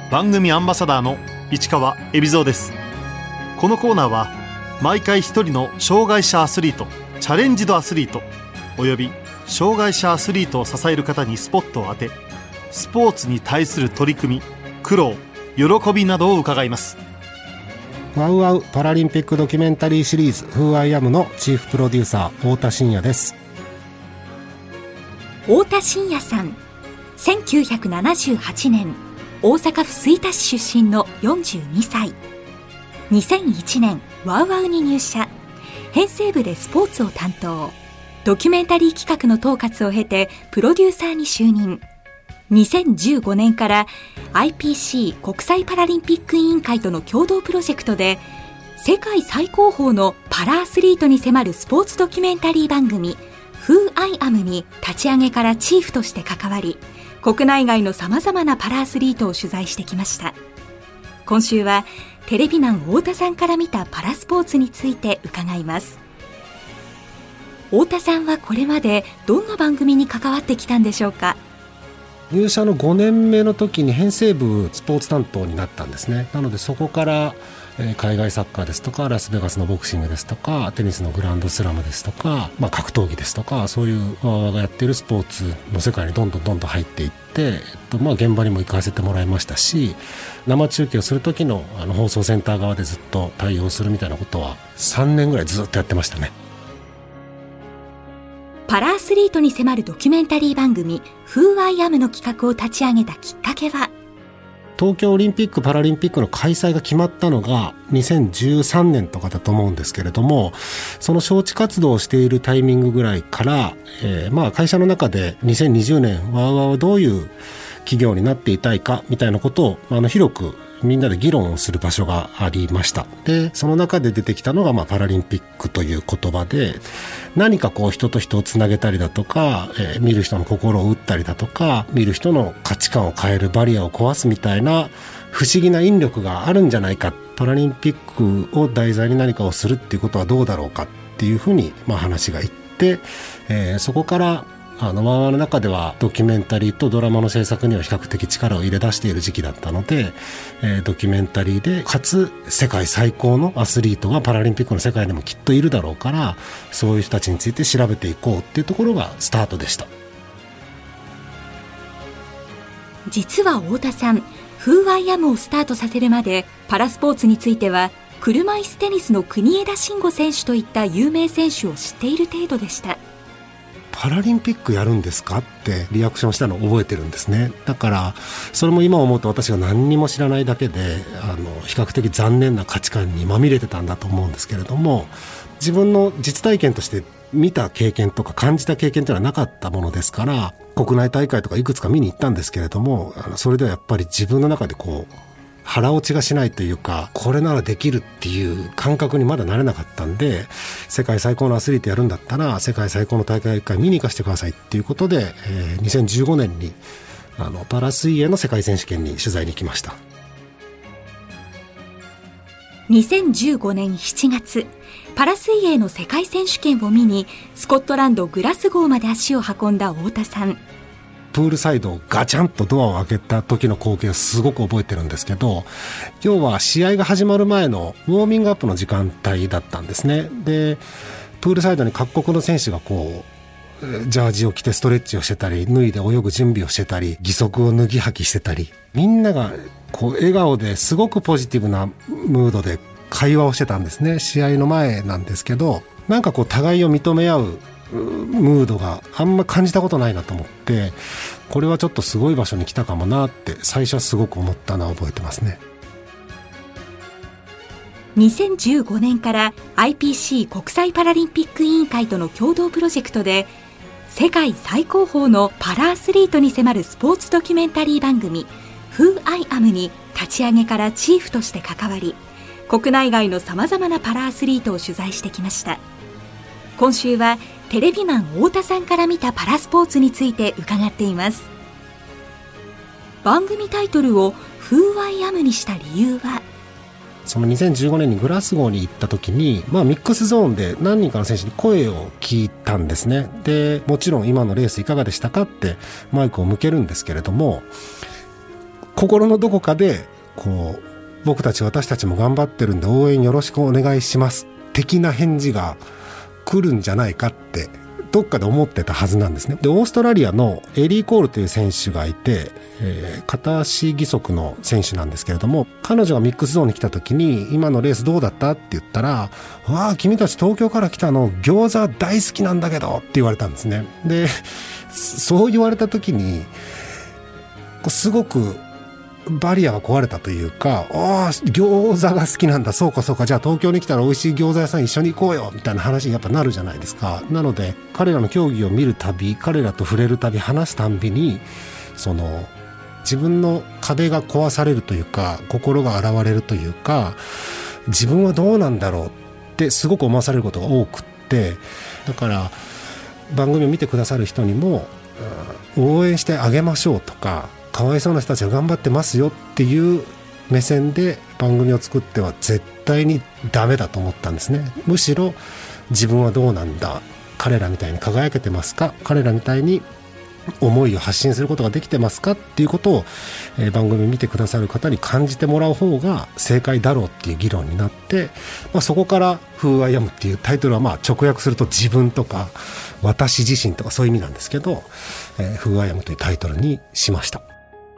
番組アンバサダーの市川海老蔵です。このコーナーは毎回一人の障害者アスリート、チャレンジドアスリートおよび障害者アスリートを支える方にスポットを当て、スポーツに対する取り組み、苦労、喜びなどを伺います。 ワウワウパラリンピックドキュメンタリーシリーズ Who I Am のチーフプロデューサー太田真也です。 太田真也さん、1978年大阪府吹田市出身の42歳。2001年ワウワウに入社、編成部でスポーツを担当、ドキュメンタリー企画の統括を経てプロデューサーに就任。2015年から IPC 国際パラリンピック委員会との共同プロジェクトで世界最高峰のパラアスリートに迫るスポーツドキュメンタリー番組 Who I Am に立ち上げからチーフとして関わり、国内外のさまざまなパラアスリートを取材してきました。今週はテレビマン太田さんから見たパラスポーツについて伺います。太田さんはこれまでどんな番組に関わってきたんでしょうか？ 入社の5年目の時に編成部スポーツ担当になったんですね。なのでそこから海外サッカーですとかラスベガスのボクシングですとかテニスのグランドスラムですとか、格闘技ですとか、そういうがやっているスポーツの世界にどんどん入っていって、現場にも行かせてもらいましたし、生中継をする時の放送センター側でずっと対応するみたいなことは3年ぐらいずっとやってましたね。 パラアスリートに迫るドキュメンタリー番組 Who I Am の企画を立ち上げたきっかけは、 東京オリンピック・パラリンピックの開催が決まったのが2013年とかだと思うんですけれども、その招致活動をしているタイミングぐらいから、会社の中で2020年ワウワウはどういう企業になっていたいかみたいなことを広くみんなで議論をする場所がありました。で、その中で出てきたのがパラリンピックという言葉で、何か人と人をつなげたりだとか、見る人の心を打ったりだとか、見る人の価値観を変えるバリアを壊すみたいな不思議な引力があるんじゃないか。パラリンピックを題材に何かをするっていうことはどうだろうかっていうふうに話がいって、そこからワウワウの中ではドキュメンタリーとドラマの制作には比較的力を入れ出している時期だったので、ドキュメンタリーでかつ世界最高のアスリートがパラリンピックの世界でもきっといるだろうから、そういう人たちについて調べていこうっていうところがスタートでした。 実は太田さん、Who I Am をスタートさせるまでパラスポーツについては車椅子テニスの国枝慎吾選手といった有名選手を知っている程度でした。 パラリンピックやるんですかってリアクションしたのを覚えてるんですね。だからそれも今思うと私が何にも知らないだけで比較的残念な価値観にまみれてたんだと思うんですけれども、自分の実体験として見た経験とか感じた経験というのはなかったものですから、国内大会とかいくつか見に行ったんですけれども、それではやっぱり自分の中で腹落ちがしないというか、これならできるっていう感覚にまだなれなかったんで、世界最高のアスリートやるんだったら世界最高の大会1回見に行かせてくださいっていうことで、2015年にパラ水泳の世界選手権に取材に行きました。 2015年7月、パラ水泳の世界選手権を見にスコットランドグラスゴーまで足を運んだ太田さん。 プールサイドガチャンとドアを開けた時の光景をすごく覚えてるんですけど、要は試合が始まる前のウォーミングアップの時間帯だったんですね。で、プールサイドに各国の選手がジャージを着てストレッチをしてたり、脱いで泳ぐ準備をしてたり、義足を脱ぎ履きしてたり、みんなが笑顔ですごくポジティブなムードで会話をしてたんですね。試合の前なんですけど、なんか互いを認め合うムードがあんま感じたことないなと思って、これはちょっとすごい場所に来たかもなって最初はすごく思ったのは覚えてますね。 2015年から IPC 国際パラリンピック委員会との共同プロジェクトで世界最高峰のパラアスリートに迫るスポーツドキュメンタリー番組 Who I Am に立ち上げからチーフとして関わり、国内外のさまざまなパラアスリートを取材してきました。今週はテレビマン太田さんから見たパラスポーツについて伺っています。番組タイトルを Who I Am にした理由は、 その2015年にグラスゴーに行った時に、ミックスゾーンで何人かの選手に声を聞いたんですね。で、もちろん今のレースいかがでしたかってマイクを向けるんですけれども、 心のどこかで僕たち私たちも頑張ってるんで応援よろしくお願いします的な返事が来るんじゃないかってどっかで思ってたはずなんですね。でオーストラリアのエリー・コールという選手がいて、片足義足の選手なんですけれども、彼女がミックスゾーンに来た時に今のレースどうだったって言ったら、わあ君たち東京から来たの餃子大好きなんだけどって言われたんですね。でそう言われた時にすごくバリアが壊れたというか、餃子が好きなんだ、そうかそうか、じゃあ東京に来たら美味しい餃子屋さん一緒に行こうよみたいな話にやっぱなるじゃないですか。なので彼らの競技を見るたび、彼らと触れるたび、話すたんびに自分の壁が壊されるというか、心が洗われるというか、自分はどうなんだろうってすごく思わされることが多くって、だから番組を見てくださる人にも応援してあげましょうとか、かわいそうな人たちが頑張ってますよっていう目線で番組を作っては絶対にダメだと思ったんですね。むしろ自分はどうなんだ、彼らみたいに輝けてますか、彼らみたいに思いを発信することができてますかっていうことを、番組を見てくださる方に感じてもらう方が正解だろうっていう議論になって、そこから「Who I Am」っていうタイトルは直訳すると自分とか私自身とかそういう意味なんですけど、Who I Am というタイトルにしました。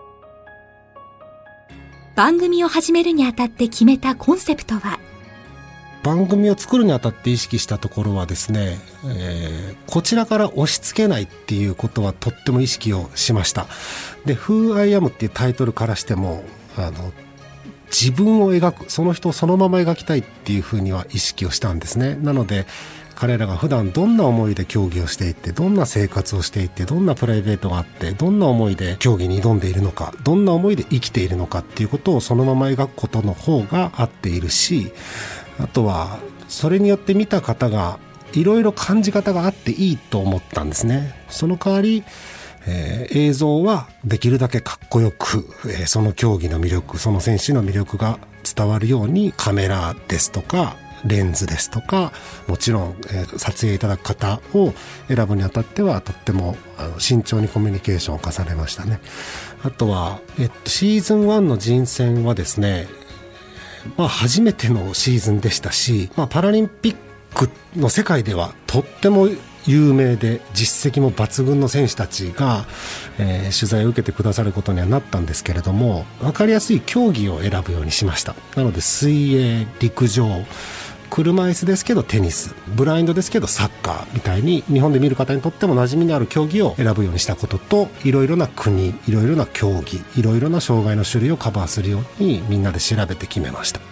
番組を始めるにあたって決めたコンセプトは、 番組を作るにあたって意識したところはですね、こちらから押し付けないっていうことはとっても意識をしました。で Who I Am っていうタイトルからしても自分を描く、その人をそのまま描きたいっていうふうには意識をしたんですね。なので彼らが普段どんな思いで競技をしていて、どんな生活をしていて、どんなプライベートがあって、どんな思いで競技に挑んでいるのか、どんな思いで生きているのかっていうことをそのまま描くことの方が合っているし、あとはそれによって見た方がいろいろ感じ方があっていいと思ったんですね。その代わり、映像はできるだけかっこよく、その競技の魅力、その選手の魅力が伝わるようにカメラですとかレンズですとか、もちろん、撮影いただく方を選ぶにあたってはとっても慎重にコミュニケーションを重ねましたね。あとは、シーズン1の人選はですね、初めてのシーズンでしたし、パラリンピックの世界ではとっても有名で実績も抜群の選手たちが、取材を受けてくださることにはなったんですけれども、分かりやすい競技を選ぶようにしました。なので水泳、陸上、車椅子ですけどテニス、ブラインドですけどサッカーみたいに日本で見る方にとっても馴染みのある競技を選ぶようにしたことと、いろいろな国、いろいろな競技、いろいろな障害の種類をカバーするようにみんなで調べて決めました。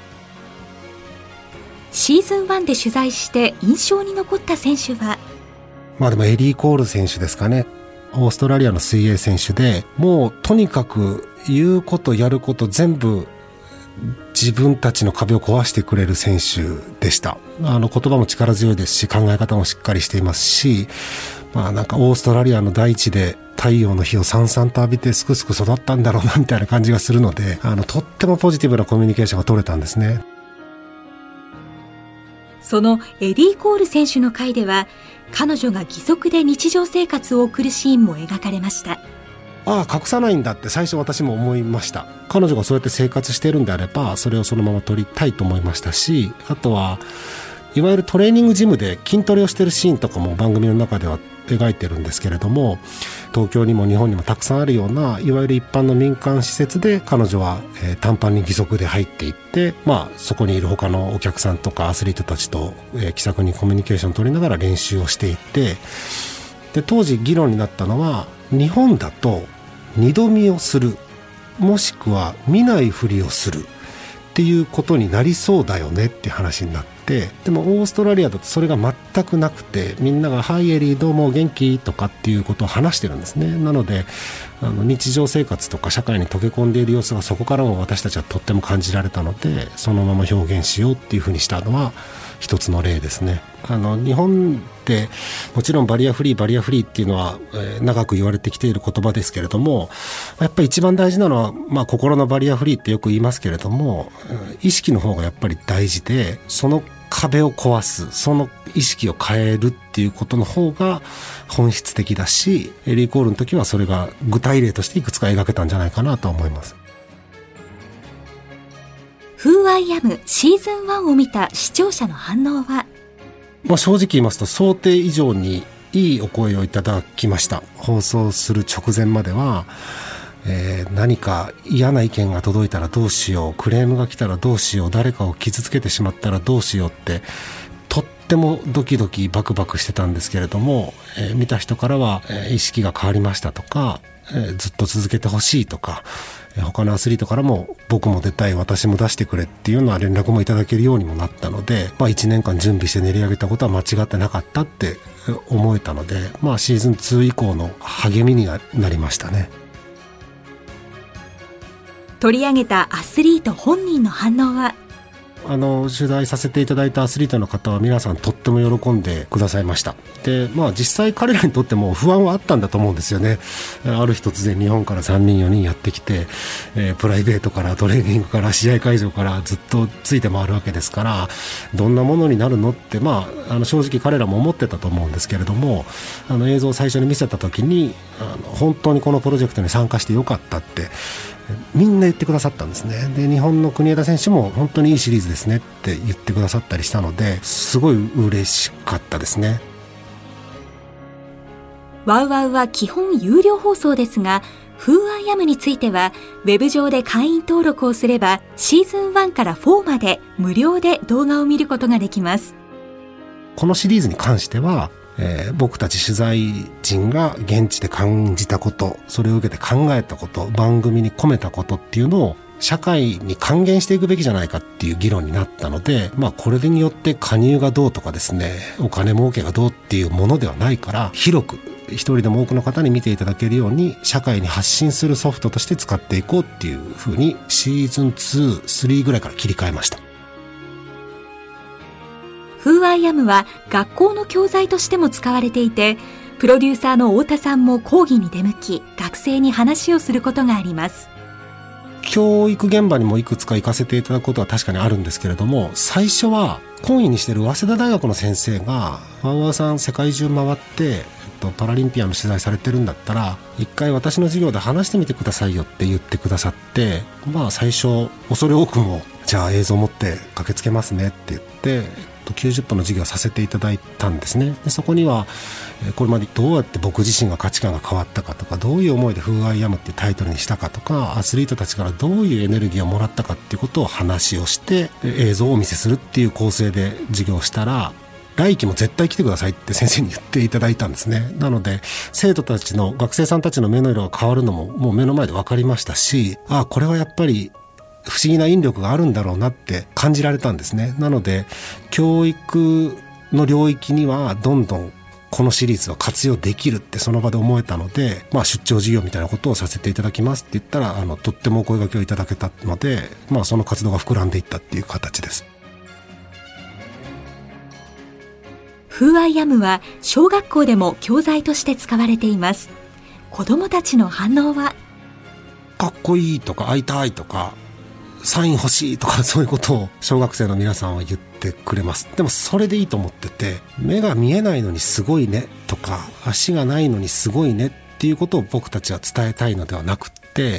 シーズン1で取材して印象に残った選手は、 でもエリー・コール選手ですかね。オーストラリアの水泳選手で、もうとにかく言うことやること全部自分たちの壁を壊してくれる選手でした。言葉も力強いですし、考え方もしっかりしていますし、なんかオーストラリアの大地で太陽の日をさんさんと浴びてすくすく育ったんだろうなみたいな感じがするので、とってもポジティブなコミュニケーションが取れたんですね。 そのエディ・コール選手の回では、彼女が義足で日常生活を送るシーンも描かれました。 隠さないんだって最初私も思いました。彼女がそうやって生活しているんであれば、それをそのまま撮りたいと思いましたし、あとはいわゆるトレーニングジムで筋トレをしているシーンとかも番組の中では描いてるんですけれども、東京にも日本にもたくさんあるようないわゆる一般の民間施設で彼女は、短パンに義足で入っていって、そこにいる他のお客さんとかアスリートたちと、気さくにコミュニケーションを取りながら練習をしていって、で当時議論になったのは、日本だと二度見をする、もしくは見ないふりをするっていうことになりそうだよねって話になって、でもオーストラリアだとそれが全くなくて、みんながハイエリーどうも元気とかっていうことを話してるんですね。なので日常生活とか社会に溶け込んでいる様子がそこからも私たちはとっても感じられたので、そのまま表現しようっていうふうにしたのは一つの例ですね。日本でもちろんバリアフリーっていうのは、長く言われてきている言葉ですけれども、やっぱり一番大事なのは、心のバリアフリーってよく言いますけれども、意識の方がやっぱり大事で、その壁を壊す、その意識を変えるっていうことの方が本質的だし、エリー・コールの時はそれが具体例としていくつか描けたんじゃないかなと思います。 Who I Am シーズン1を見た視聴者の反応は？ 正直言いますと想定以上にいいお声をいただきました。放送する直前までは、何か嫌な意見が届いたらどうしよう、クレームが来たらどうしよう、誰かを傷つけてしまったらどうしようってとってもドキドキバクバクしてたんですけれども、見た人からは、意識が変わりましたとか、ずっと続けてほしいとか、他のアスリートからも僕も出たい、私も出してくれっていうような連絡もいただけるようにもなったので、1年間準備して練り上げたことは間違ってなかったって思えたので、シーズン2以降の励みになりましたね。 取り上げたアスリート本人の反応は？ 取材させていただいたアスリートの方は皆さんとっても喜んでくださいました。で、実際彼らにとっても不安はあったんだと思うんですよね。ある日突然日本から3人4人やってきて、プライベートからトレーニングから試合会場からずっとついて回るわけですから、どんなものになるのって、正直彼らも思ってたと思うんですけれども、映像を最初に見せた時に本当にこのプロジェクトに参加してよかったってみんな言ってくださったんですね。で、日本の国枝選手も本当にいいシリーズですねって言ってくださったりしたので、すごい嬉しかったですね。 ワウワウは基本有料放送ですが、Who I Am についてはウェブ上で会員登録をすればシーズン1から4まで無料で動画を見ることができます。 このシリーズに関しては、僕たち取材陣が現地で感じたこと、それを受けて考えたこと、番組に込めたことっていうのを社会に還元していくべきじゃないかっていう議論になったので、これによって加入がどうとかですね、お金儲けがどうっていうものではないから、広く一人でも多くの方に見ていただけるように社会に発信するソフトとして使っていこうっていうふうにシーズン2、3ぐらいから切り替えました。 Who I Am は学校の教材としても使われていて、プロデューサーの太田さんも講義に出向き、学生に話をすることがあります。 教育現場にもいくつか行かせていただくことは確かにあるんですけれども、最初は講義にしている早稲田大学の先生が、ワウワウさん世界中回って、パラリンピアンの取材されてるんだったら一回私の授業で話してみてくださいよって言ってくださって、最初恐れ多くもじゃあ映像持って駆けつけますねって言って90分の授業をさせていただいたんですね。でそこにはこれまでどうやって僕自身が価値観が変わったかとか、どういう思いで Who I Am っていうタイトルにしたかとか、アスリートたちからどういうエネルギーをもらったかっていうことを話をして映像をお見せするっていう構成で授業をしたら、来期も絶対来てくださいって先生に言っていただいたんですね。なので生徒たちの、学生さんたちの目の色が変わるのももう目の前で分かりましたし、これはやっぱり不思議な引力があるんだろうなって感じられたんですね。なので教育の領域にはどんどんこのシリーズは活用できるってその場で思えたので、出張授業みたいなことをさせていただきますって言ったらとってもお声掛けをいただけたので、その活動が膨らんでいったっていう形です。 Who I Am は小学校でも教材として使われています。子どもたちの反応は？ かっこいいとか会いたいとかサイン欲しいとか、そういうことを小学生の皆さんは言ってくれます。でもそれでいいと思ってて、目が見えないのにすごいねとか、足がないのにすごいねっていうことを僕たちは伝えたいのではなくって、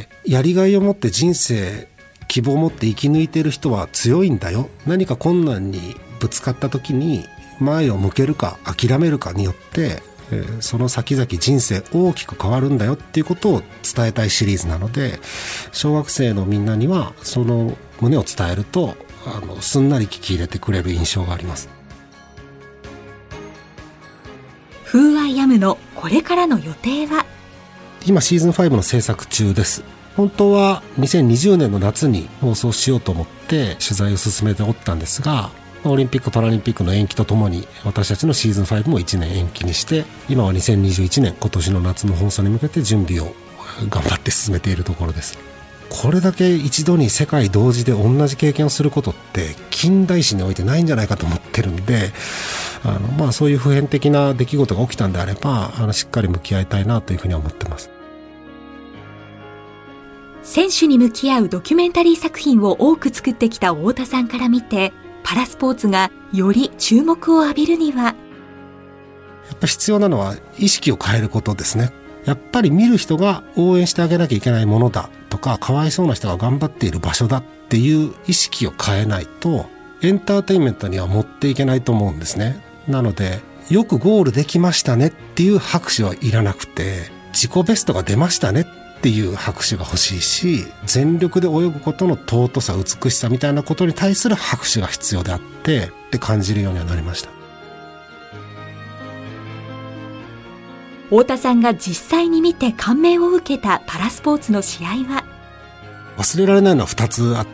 やりがいを持って人生希望を持って生き抜いている人は強いんだよ。何か困難にぶつかった時に前を向けるか諦めるかによってその先々人生大きく変わるんだよっていうことを伝えたいシリーズなので、小学生のみんなにはその旨を伝えるとすんなり聞き入れてくれる印象があります。 Who I Am のこれからの予定は？ 今シーズン5の制作中です。本当は2020年の夏に放送しようと思って取材を進めておったんですが、オリンピック・パラリンピックの延期とともに私たちのシーズン5も1年延期にして、今は2021年今年の夏の放送に向けて準備を頑張って進めているところです。これだけ一度に世界同時で同じ経験をすることって近代史においてないんじゃないかと思ってるんで、そういう普遍的な出来事が起きたんであればしっかり向き合いたいなというふうに思ってます。 選手に向き合うドキュメンタリー作品を多く作ってきた太田さんから見て、パラスポーツがより注目を浴びるには？ やっぱ必要なのは意識を変えることですね。 やっぱり見る人が応援してあげなきゃいけないものだとか、かわいそうな人が頑張っている場所だっていう意識を変えないとエンターテインメントには持っていけないと思うんですね。なのでよくゴールできましたねっていう拍手はいらなくて、自己ベストが出ましたねっていう拍手が欲しいし、全力で泳ぐことの尊さ、美しさみたいなことに対する拍手が必要であってって感じるようにはなりました。 太田さんが実際に見て感銘を受けたパラスポーツの試合は、 忘れられないのは2つあって、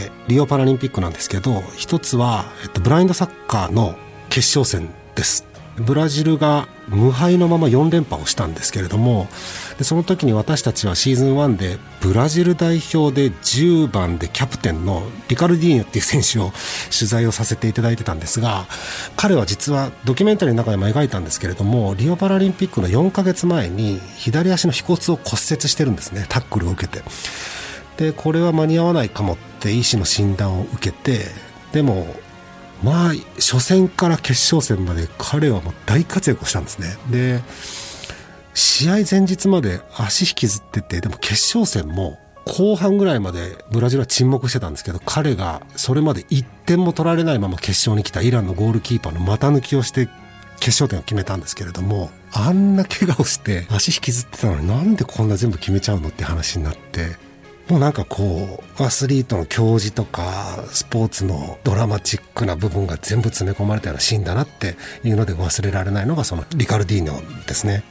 リオパラリンピックなんですけど、1つは、ブラインドサッカーの決勝戦です。ブラジルが無敗のまま4連覇をしたんですけれども、でその時に私たちはシーズン1でブラジル代表で10番でキャプテンのリカルディーニョっていう選手を取材をさせていただいてたんですが、彼は実はドキュメンタリーの中でも描いたんですけれども、リオパラリンピックの4ヶ月前に左足の腓骨を骨折してるんですね。タックルを受けて、でこれは間に合わないかもって医師の診断を受けて、でもまあ初戦から決勝戦まで彼はもう大活躍をしたんですね。で試合前日まで足引きずってて、でも決勝戦も後半ぐらいまでブラジルは沈黙してたんですけど、彼がそれまで1点も取られないまま決勝に来たイランのゴールキーパーの股抜きをして決勝点を決めたんですけれども、あんな怪我をして足引きずってたのになんでこんな全部決めちゃうのって話になって、もうなんかこうアスリートの矜持とかスポーツのドラマチックな部分が全部詰め込まれたようなシーンだなっていうので忘れられないのがそのリカルディーニョですね。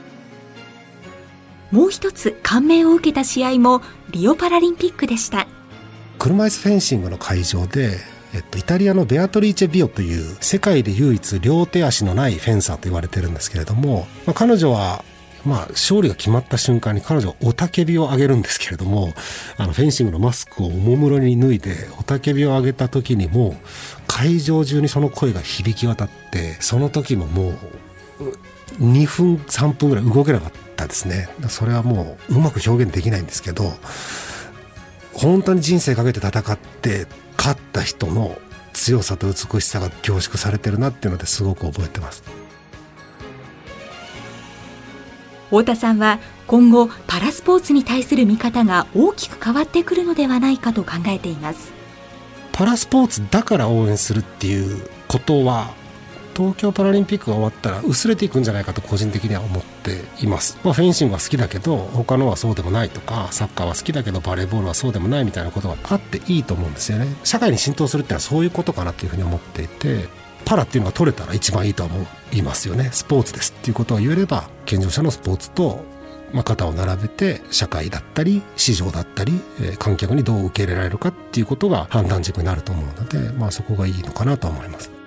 もう一つ感銘を受けた試合もリオパラリンピックでした。 車椅子フェンシングの会場で、イタリアのベアトリーチェ・ビオという世界で唯一両手足のないフェンサーと言われてるんですけれども、彼女は勝利が決まった瞬間に彼女は雄たけびを上げるんですけれども、フェンシングのマスクをおもむろに脱いで雄たけびを上げた時にも会場中にその声が響き渡って、その時ももう2分3分ぐらい動けなかったですね。それはもううまく表現できないんですけど、本当に人生かけて戦って勝った人の強さと美しさが凝縮されてるなっていうのですごく覚えてます。 太田さんは今後パラスポーツに対する見方が大きく変わってくるのではないかと考えています。 パラスポーツだから応援するっていうことは東京パラリンピックが終わったら薄れていくんじゃないかと個人的には思っています。フェンシングは好きだけど他のはそうでもないとか、サッカーは好きだけどバレーボールはそうでもないみたいなことがあっていいと思うんですよね。社会に浸透するっていうのはそういうことかなというふうに思っていて、パラっていうのが取れたら一番いいとは思いますよね。スポーツですっていうことを言えれば、健常者のスポーツと肩を並べて社会だったり市場だったり、観客にどう受け入れられるかっていうことが判断軸になると思うので、そこがいいのかなと思います。